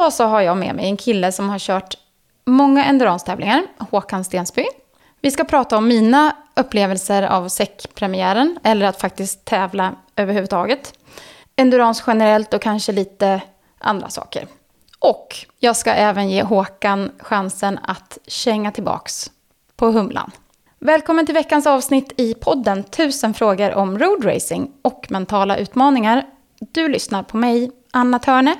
Idag så har jag med mig en kille som har kört många endurance-tävlingar, Håkan Stensby. Vi ska prata om mina upplevelser av SEC-premiären eller att faktiskt tävla överhuvudtaget. Endurance generellt och kanske lite andra saker. Och jag ska även ge Håkan chansen att känga tillbaks på humlan. Välkommen till veckans avsnitt i podden 1000 frågor om road racing och mentala utmaningar. Du lyssnar på mig, Anna Törne.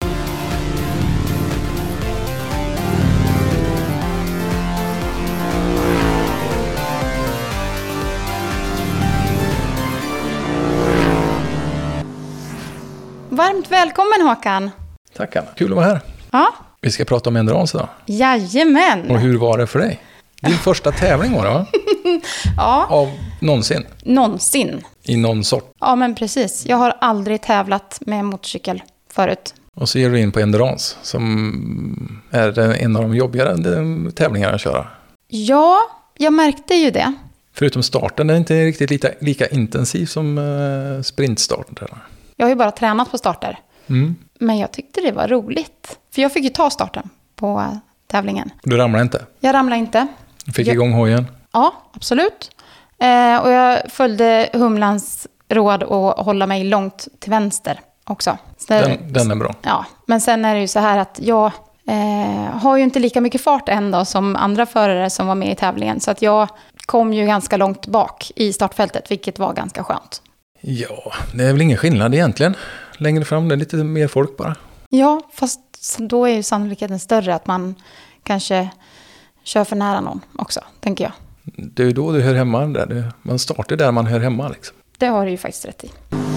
Varmt välkommen Håkan. Tack Anna, kul att vara här. Ja. Vi ska prata om endurance idag. Jajamän. Och hur var det för dig? Din första tävling var det va? Ja. Av någonsin? Någonsin. I någon sort? Ja men precis, jag har aldrig tävlat med motorcykel förut. Och så ger du in på endurance som är en av de jobbigare tävlingarna att köra. Ja, jag märkte ju det. Förutom starten, den är inte riktigt lika intensiv som sprintstarten. Jag har ju bara tränat på starter. Mm. Men jag tyckte det var roligt. För jag fick ju ta starten på tävlingen. Du ramlade inte? Jag ramlade inte. Du fick igång hojen? Ja, absolut. Och jag följde humlans råd att hålla mig långt till vänster också. Den är bra. Ja, men sen är det ju så här att jag har ju inte lika mycket fart ändå som andra förare som var med i tävlingen. Så att jag kom ju ganska långt bak i startfältet, vilket var ganska skönt. Ja, det är väl ingen skillnad egentligen. Längre fram, det är lite mer folk bara. Ja, fast då är ju sannolikheten större att man kanske kör för nära någon också, tänker jag. Det är ju då du hör hemma där. Man startar där man hör hemma liksom. Det har du ju faktiskt rätt i.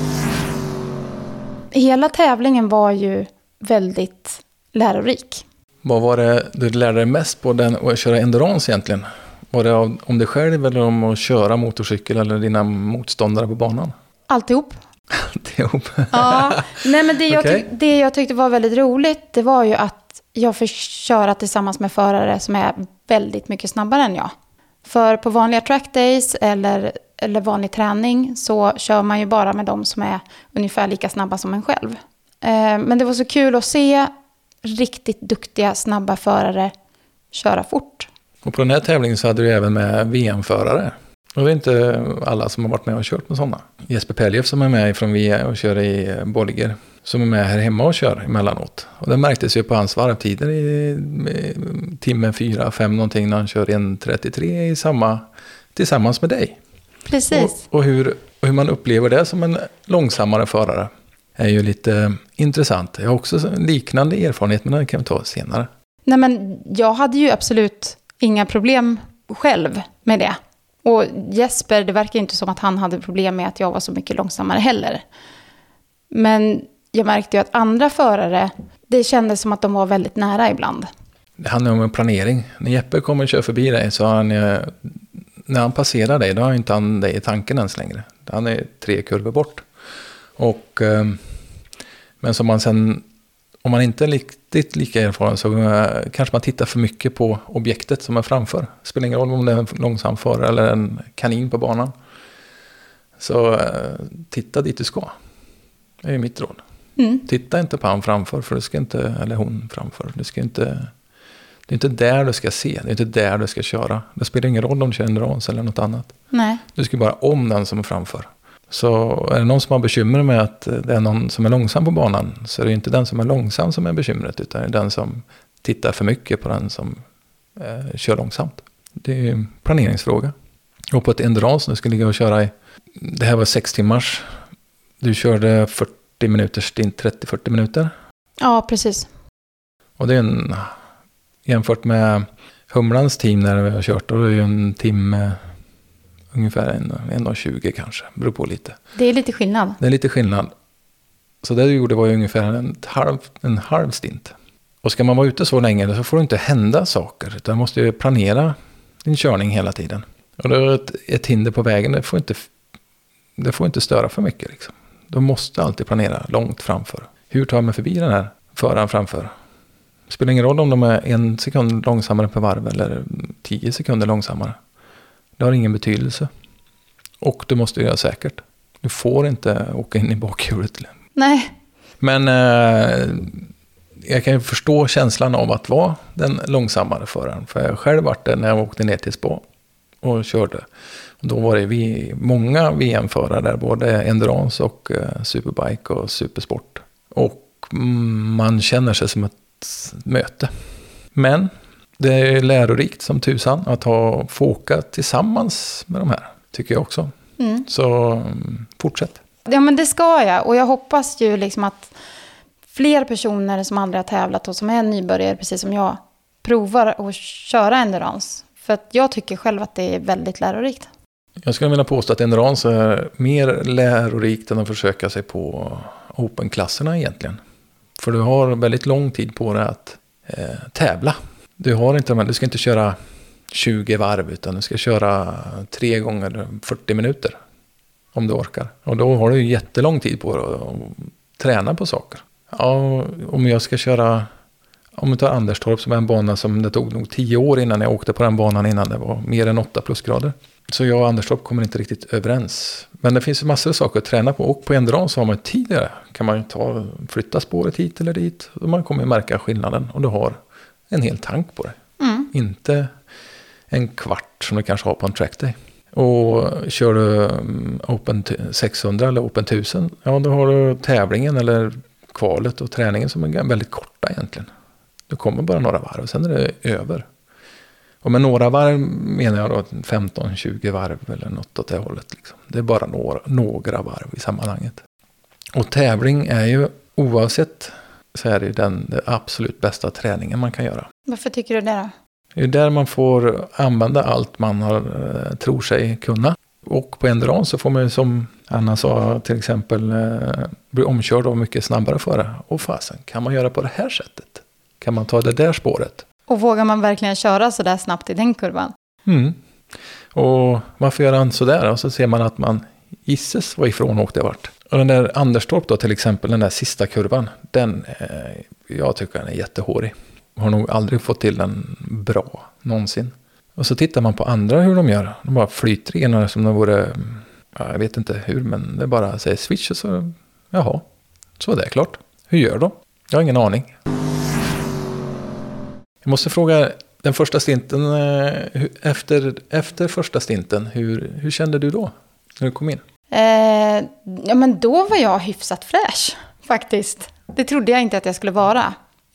Hela tävlingen var ju väldigt lärorik. Vad var det du lärde dig mest på den att köra endurance egentligen? Var det om dig själv eller om att köra motorcykel eller dina motståndare på banan? Alltihop. Alltihop? Ja, nej men det jag tyckte var väldigt roligt, det var ju att jag fick köra tillsammans med förare som är väldigt mycket snabbare än jag. För på vanliga trackdays eller vanlig träning så kör man ju bara med de som är ungefär lika snabba som en själv. Men det var så kul att se riktigt duktiga, snabba förare köra fort. Och på den här tävlingen så hade du även med VM-förare. Och det är inte alla som har varit med och kört med sådana. Jesper Peljev som är med från VM och kör i Bolliger. Som är med här hemma och kör emellanåt. Och det märktes ju på hans varvtider i timmen 4-5 någonting när han kör 1.33 tillsammans med dig. Precis. Och hur man upplever det som en långsammare förare är ju lite intressant. Jag har också en liknande erfarenhet, men den kan vi ta senare. Nej men jag hade ju absolut inga problem själv med det. Och Jesper, det verkar inte som att han hade problem med att jag var så mycket långsammare heller. Men jag märkte ju att andra förare, det kändes som att de var väldigt nära ibland. Det handlar om en planering. När Jeppe kommer och kör förbi dig så har han, när han passerar dig, då har inte han dig i tanken ens längre. Han är 3 kurvor bort. Och, men som man sen, om man inte är riktigt lika erfaren så kanske man tittar för mycket på objektet som är framför. Det spelar ingen roll om det är en långsam förare eller en kanin på banan. Så titta dit du ska. Det är ju mitt råd. Mm. Titta inte på han framför, för du ska inte, eller hon framför. Du ska inte, det är inte där du ska se, det är inte där du ska köra. Det spelar ingen roll om du kör endurance eller något annat. Nej. Du ska bara om den som är framför. Så är det någon som har bekymmer med att det är någon som är långsam på banan, så är det inte den som är långsam som är bekymret, utan det är den som tittar för mycket på den som kör långsamt. Det är en planeringsfråga. Och på ett endurance, nu ska ligga och köra det här var 6 timmars. Du körde 40 minuter stint, 30-40 minuter. Ja, precis. Och det är jämfört med Humlans team när vi har kört, då är det ju en timme ungefär 1:20 kanske, beror på lite. Det är lite skillnad. Det är lite skillnad. Så det du gjorde var ju ungefär en halv stint. Och ska man vara ute så länge så får det inte hända saker, utan du måste ju planera din körning hela tiden. Och det är ett hinder på vägen, det får inte störa för mycket liksom. Du måste alltid planera långt framför. Hur tar man förbi den här föraren framför? Det spelar ingen roll om de är 1 sekund långsammare per varv eller 10 sekunder långsammare. Det har ingen betydelse. Och du måste göra säkert. Du får inte åka in i bakhjulet. Nej. Men jag kan ju förstå känslan av att vara den långsammare föraren. För jag själv varit det när jag åkte ner till Spa och körde. Och då var det många VM-förare där, både endurance och superbike och supersport. Och man känner sig som ett möte. Men det är lärorikt som tusan att få åka tillsammans med de här, tycker jag också. Så fortsätt. Ja, men det ska jag. Och jag hoppas ju liksom att fler personer som aldrig har tävlat och som är nybörjare, precis som jag, provar att köra endurance. För att jag tycker själv att det är väldigt lärorikt. Jag skulle vilja påstå att endurance är mer lärorikt än att försöka sig på open-klasserna egentligen. För du har väldigt lång tid på dig att tävla. Du ska inte köra 20 varv, utan du ska köra 3 gånger 40 minuter. Om du orkar. Och då har du jättelång tid på dig att träna på saker. Ja, om jag ska köra... Om vi tar Anderstorp som är en bana som det tog nog 10 år innan jag åkte på den banan, innan det var mer än 8 plusgrader. Så jag och Anderstorp kommer inte riktigt överens. Men det finns ju massor av saker att träna på. Och på endurance så har man tidigare. Kan man ju flytta spåret hit eller dit. Och man kommer märka skillnaden. Och du har en hel tank på det. Inte en kvart som du kanske har på en trackday. Och kör du Open 600 eller Open 1000. Ja, då har du tävlingen eller kvalet och träningen som är väldigt korta egentligen. Du kommer bara några varv och sen är det över. Och med några varv menar jag då 15-20 varv eller något åt det hållet. Liksom. Det är bara några varv i sammanhanget. Och tävling är ju oavsett så är det ju den absolut bästa träningen man kan göra. Varför tycker du det då? Det är där man får använda allt man tror sig kunna. Och på endurance så får man ju, som Anna sa, till exempel bli omkörd av mycket snabbare före. Och fasen, kan man göra på det här sättet? Kan man ta det där spåret? Och vågar man verkligen köra så där snabbt i den kurvan? Och varför gör han så där? Och så ser man att man gisses vad ifrån åkte vart. Och den där Anderstorp då till exempel, den där sista kurvan, jag tycker den är jättehårig. Har nog aldrig fått till den bra någonsin. Och så tittar man på andra hur de gör. De bara flyter igenom som det vore, jag vet inte hur, men det bara säger switch och så, jaha, så är det klart. Hur gör de? Jag har ingen aning. Jag måste fråga, den första stinten, efter första stinten, hur kände du då när du kom in? Ja, men då var jag hyfsat fräsch faktiskt. Det trodde jag inte att jag skulle vara.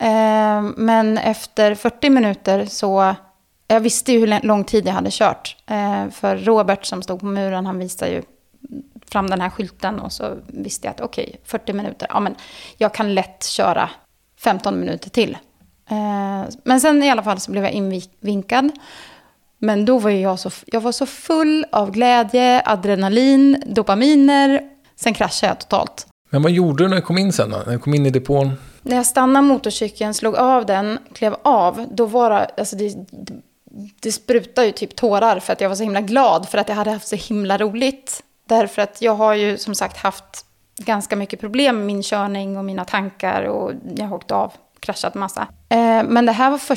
Men efter 40 minuter så... Jag visste ju hur lång tid jag hade kört. För Robert som stod på muren, han visade ju fram den här skylten. Och så visste jag att okej, 40 minuter. Ja, men jag kan lätt köra 15 minuter till. Men sen i alla fall så blev jag invinkad. Men då var jag var så full av glädje, adrenalin, dopaminer. Sen kraschade jag totalt. Men vad gjorde du när du kom in sen då? När du kom in i depån? När jag stannade motorcykeln, slog av den, klev av. Då var det, alltså det sprutade ju typ tårar för att jag var så himla glad. För att jag hade haft så himla roligt. Därför att jag har ju som sagt haft ganska mycket problem med min körning och mina tankar. Och jag har åkt av, kraschat massa. Men det här var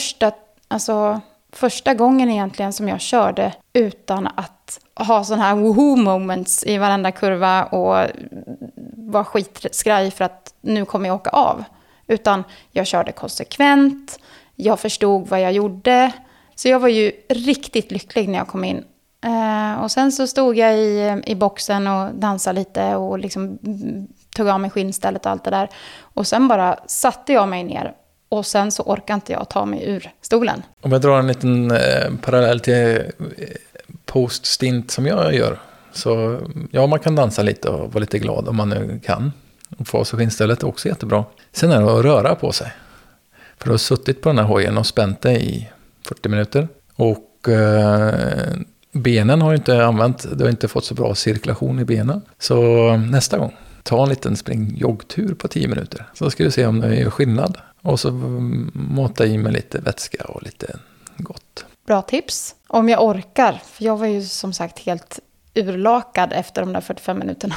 första gången egentligen som jag körde utan att ha sådana här woohoo moments i varenda kurva och var skitskraj för att nu kommer jag åka av. Utan jag körde konsekvent, jag förstod vad jag gjorde. Så jag var ju riktigt lycklig när jag kom in. Och sen så stod jag i boxen och dansade lite och liksom tog av mig skinnstället och allt det där. Och sen bara satte jag mig ner. Och sen så orkar inte jag ta mig ur stolen. Om jag drar en liten parallell till post-stint som jag gör. Så ja, man kan dansa lite och vara lite glad om man nu kan. Och få så skinnstället är också jättebra. Sen är det att röra på sig. För du har suttit på den här hojen och spänt dig i 40 minuter. Och benen har ju inte använt, du har inte fått så bra cirkulation i benen. Så nästa gång, ta en liten joggtur på 10 minuter. Så ska du se om det gör skillnad. Och så mata i med lite vätska och lite gott. Bra tips. Om jag orkar. För jag var ju som sagt helt urlakad efter de där 45 minuterna.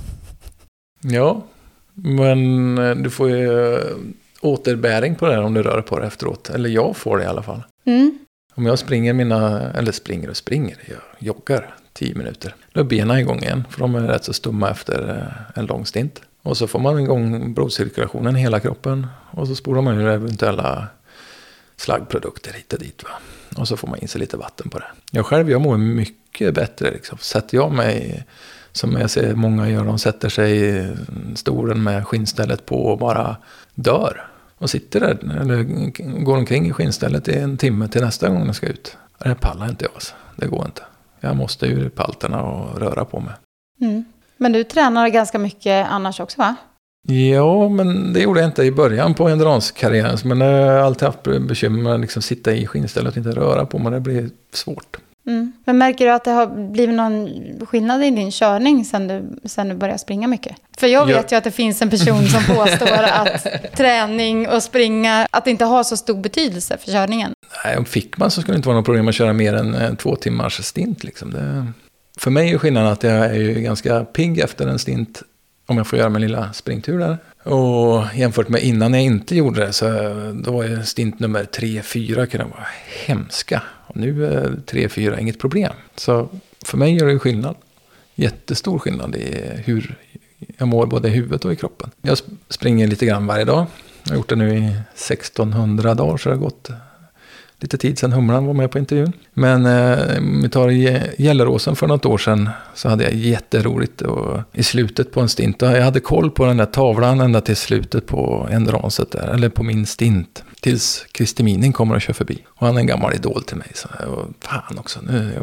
Ja, men du får ju återbäring på det här om du rör på det efteråt. Eller jag får det i alla fall. Om jag springer, jag joggar 10 minuter. Då är benen igång igen, för de är rätt så stumma efter en lång stint. Och så får man igång blodcirkulationen i hela kroppen. Och så spolar man ur eventuella slaggprodukter hit och dit. Va? Och så får man in sig lite vatten på det. Jag mår mycket bättre. Liksom. Sätter jag mig, som jag ser många gör, de sätter sig i stolen med skinnstället på och bara dör. Och sitter där, eller går omkring i skinnstället i en timme till nästa gång jag ska ut. Det pallar inte jag alltså. Det går inte. Jag måste ur palterna och röra på mig. Mm. Men du tränar ganska mycket annars också, va? Ja, men det gjorde jag inte i början på enduranskarriären. Men jag har alltid haft bekymmer med att liksom sitta i skinnstället och inte röra på mig. Det blir svårt. Mm. Men märker du att det har blivit någon skillnad i din körning sen du började springa mycket? För jag vet ju att det finns en person som påstår att träning och springa, att det inte har så stor betydelse för körningen. Nej, om fick man så skulle det inte vara något problem att köra mer än 2 timmars stint. Liksom. För mig är skillnaden att jag är ju ganska pigg efter en stint om jag får göra min lilla springtur där. Och jämfört med innan jag inte gjorde det, så då var ju stint nummer 3-4 kunde vara hemska. Och nu är 3-4 inget problem. Så för mig gör det skillnad. Jättestor skillnad i hur jag mår både i huvudet och i kroppen. Jag springer lite grann varje dag. Jag har gjort det nu i 1600 dagar, så det har gått lite tid sedan Humlan var med på intervjun. Men vi tar Gelleråsen för något år sedan, så hade jag jätteroligt. Och i slutet på en stint, jag hade koll på den där tavlan ända till slutet på enduranset där, eller på min stint. Tills Christer Mining kommer och kör förbi. Och han är en gammal idol till mig. Så, och fan också,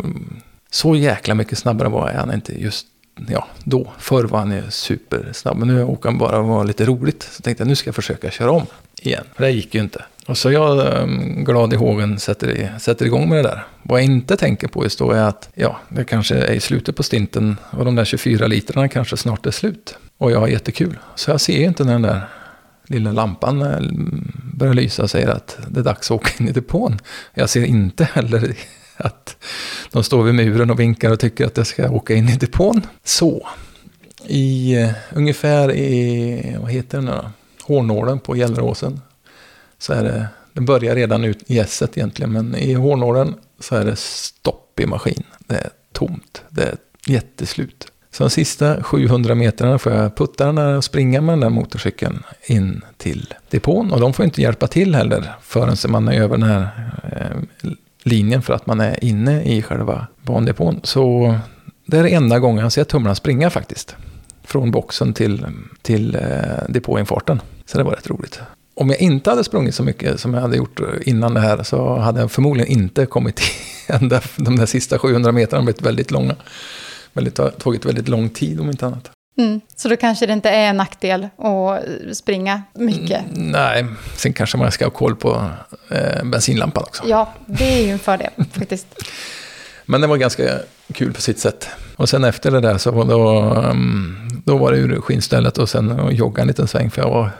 så jäkla mycket snabbare var han inte just då. Förr var han ju supersnabb. Men nu åker han bara och var lite roligt. Så tänkte jag, nu ska jag försöka köra om igen. För det gick ju inte. Och så jag glad i hågen sätter igång med det där. Vad jag inte tänker på just då är att det kanske är i slutet på stinten. Och de där 24 literna kanske snart är slut. Och jag har jättekul. Så jag ser ju inte när den där lilla lampan börjar lysa och säger att det är dags att åka in i depån. Jag ser inte heller att de står vid muren och vinkar och tycker att jag ska åka in i depån. Så, ungefär i, vad heter den då? Hårnålen på Gelleråsen. Så är det, den börjar redan ut i gässet egentligen, men i hårnålen så är det stopp i maskin. Det är tomt, det är jätteslut. Så de sista 700 metrarna får jag putta den där och springa med den där motorcykeln in till depån. Och de får inte hjälpa till heller förrän man är över den här linjen för att man är inne i själva bandepån. Så det är det enda gången jag ser Humlan springa faktiskt. Från boxen till depåinfarten. Så det var rätt roligt. Om jag inte hade sprungit så mycket som jag hade gjort innan det här, så hade jag förmodligen inte kommit ända. De där sista 700 metrarna blivit väldigt långa. Tagit väldigt lång tid om inte annat. Så då kanske det inte är en nackdel att springa mycket? Nej, sen kanske man ska ha koll på bensinlampan också. Ja, det är ju en fördel faktiskt. Men det var ganska kul på sitt sätt. Och sen efter det där så då var det ur skinnstället och sen jogga en liten sväng. För jag var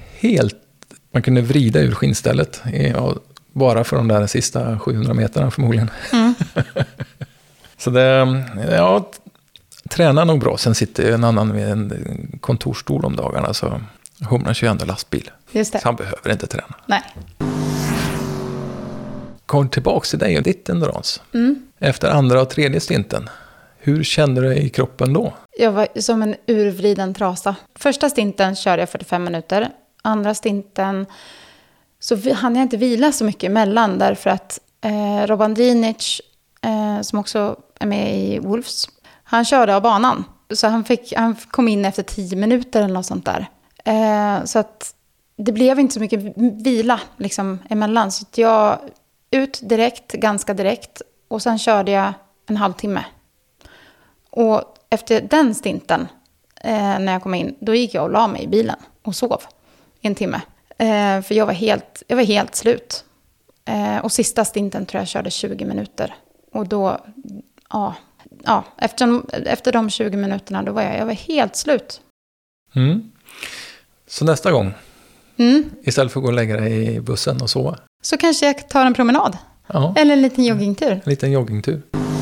man kunde vrida ur skinnstället bara för de där sista 700 meterna förmodligen. Så tränar nog bra. Sen sitter en annan vid en kontorstol om dagarna, så Humlan kör ändå lastbil. Just det. Så han behöver inte träna. Nej. Kom tillbaka till dig och ditt endurance. Efter andra och tredje stinten. Hur kände du dig i kroppen då? Jag var som en urvriden trasa. Första stinten körde jag 45 minuter. Andra stinten så hann jag inte vila så mycket emellan, därför att Roban Drinic, som också är med i Wolves, han körde av banan. Så han kom in efter 10 minuter eller något sånt där. Så att det blev inte så mycket vila liksom emellan. Så att jag ut ganska direkt. Och sen körde jag en halvtimme. Och efter den stinten, när jag kom in, då gick jag och la mig i bilen och sov i en timme. För jag var helt slut. Och sista stinten tror jag körde 20 minuter. Och då, efter de 20 minuterna, då var jag var helt slut. Så nästa gång, istället för att gå och lägga dig i bussen och sova, så kanske jag tar en promenad. Ja. Eller en liten joggingtur. En liten joggingtur.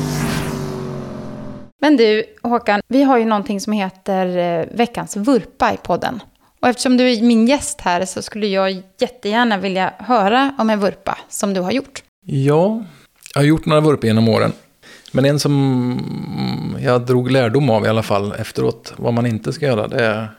Men du, Håkan, vi har ju någonting som heter veckans vurpa i podden. Och eftersom du är min gäst här, så skulle jag jättegärna vilja höra om en vurpa som du har gjort. Ja, jag har gjort några vurpor genom åren. Men en som jag drog lärdom av i alla fall efteråt, vad man inte ska göra, det är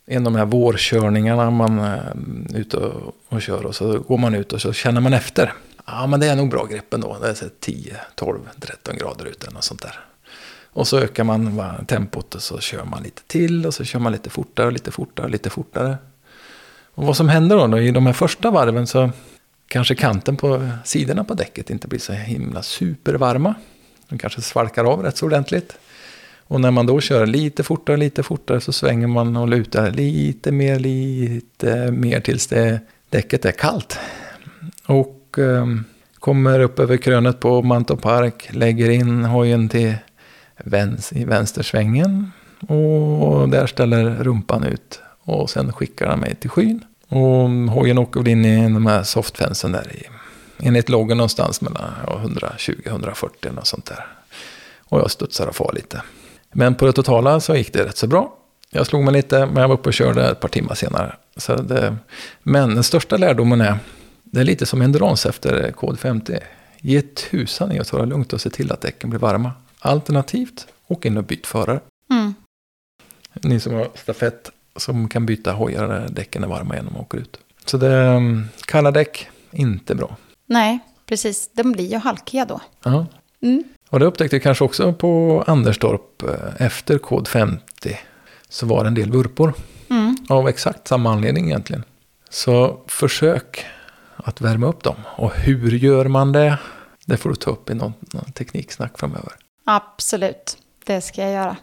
en av de här vårkörningarna man är ute och kör. Och så går man ut och så känner man efter. Ja, men det är nog bra grepp ändå. Det är så 10, 12, 13 grader ute och sånt där. Och så ökar man tempot och så kör man lite till. Och så kör man lite fortare och lite fortare och lite fortare. Och vad som händer då i de här första varven så kanske kanten på sidorna på däcket inte blir så himla supervarma. De kanske svalkar av rätt så ordentligt. Och när man då kör lite fortare så svänger man och lutar lite mer tills däcket är kallt. Och kommer upp över krönet på Mantorp Park, lägger in hojen till i vänstersvängen. Och där ställer rumpan ut och sen skickar han mig till skyn. Och hojen åker väl in i de här softfensen där enligt loggen någonstans mellan 120-140 och sånt där. Och jag studsar och far lite. Men på det totala så gick det rätt så bra. Jag slog mig lite, men jag var uppe och körde ett par timmar senare. Men den största lärdomen är, det är lite som endurance efter kod 50. Ge tusan i att ta det lugnt och se till att däcken blir varma. Alternativt, åk in och byt förare. Ni som har stafett som kan byta hojar där däcken är varma innan de åker ut. Så det kalla däck, inte bra. Nej, precis. De blir ju halkiga då. Ja. Och det upptäckte jag kanske också på Anderstorp efter kod 50. Så var det en del vurpor. Av exakt samma anledning egentligen. Så försök att värma upp dem. Och hur gör man det? Det får du ta upp i någon tekniksnack framöver. Absolut, det ska jag göra.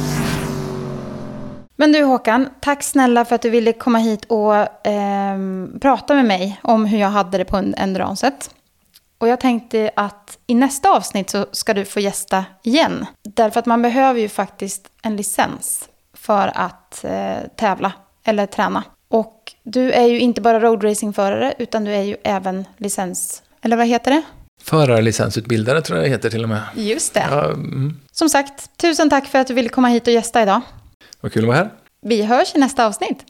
Men du Håkan, tack snälla för att du ville komma hit och prata med mig om hur jag hade det på enduranset. Och jag tänkte att i nästa avsnitt så ska du få gästa igen. Därför att man behöver ju faktiskt en licens för att tävla eller träna. Och du är ju inte bara roadracingförare utan du är ju även eller vad heter det? Förarlicensutbildare tror jag det heter till och med. Just det. Ja, Som sagt, tusen tack för att du ville komma hit och gästa idag. Vad kul att vara här. Vi hörs i nästa avsnitt.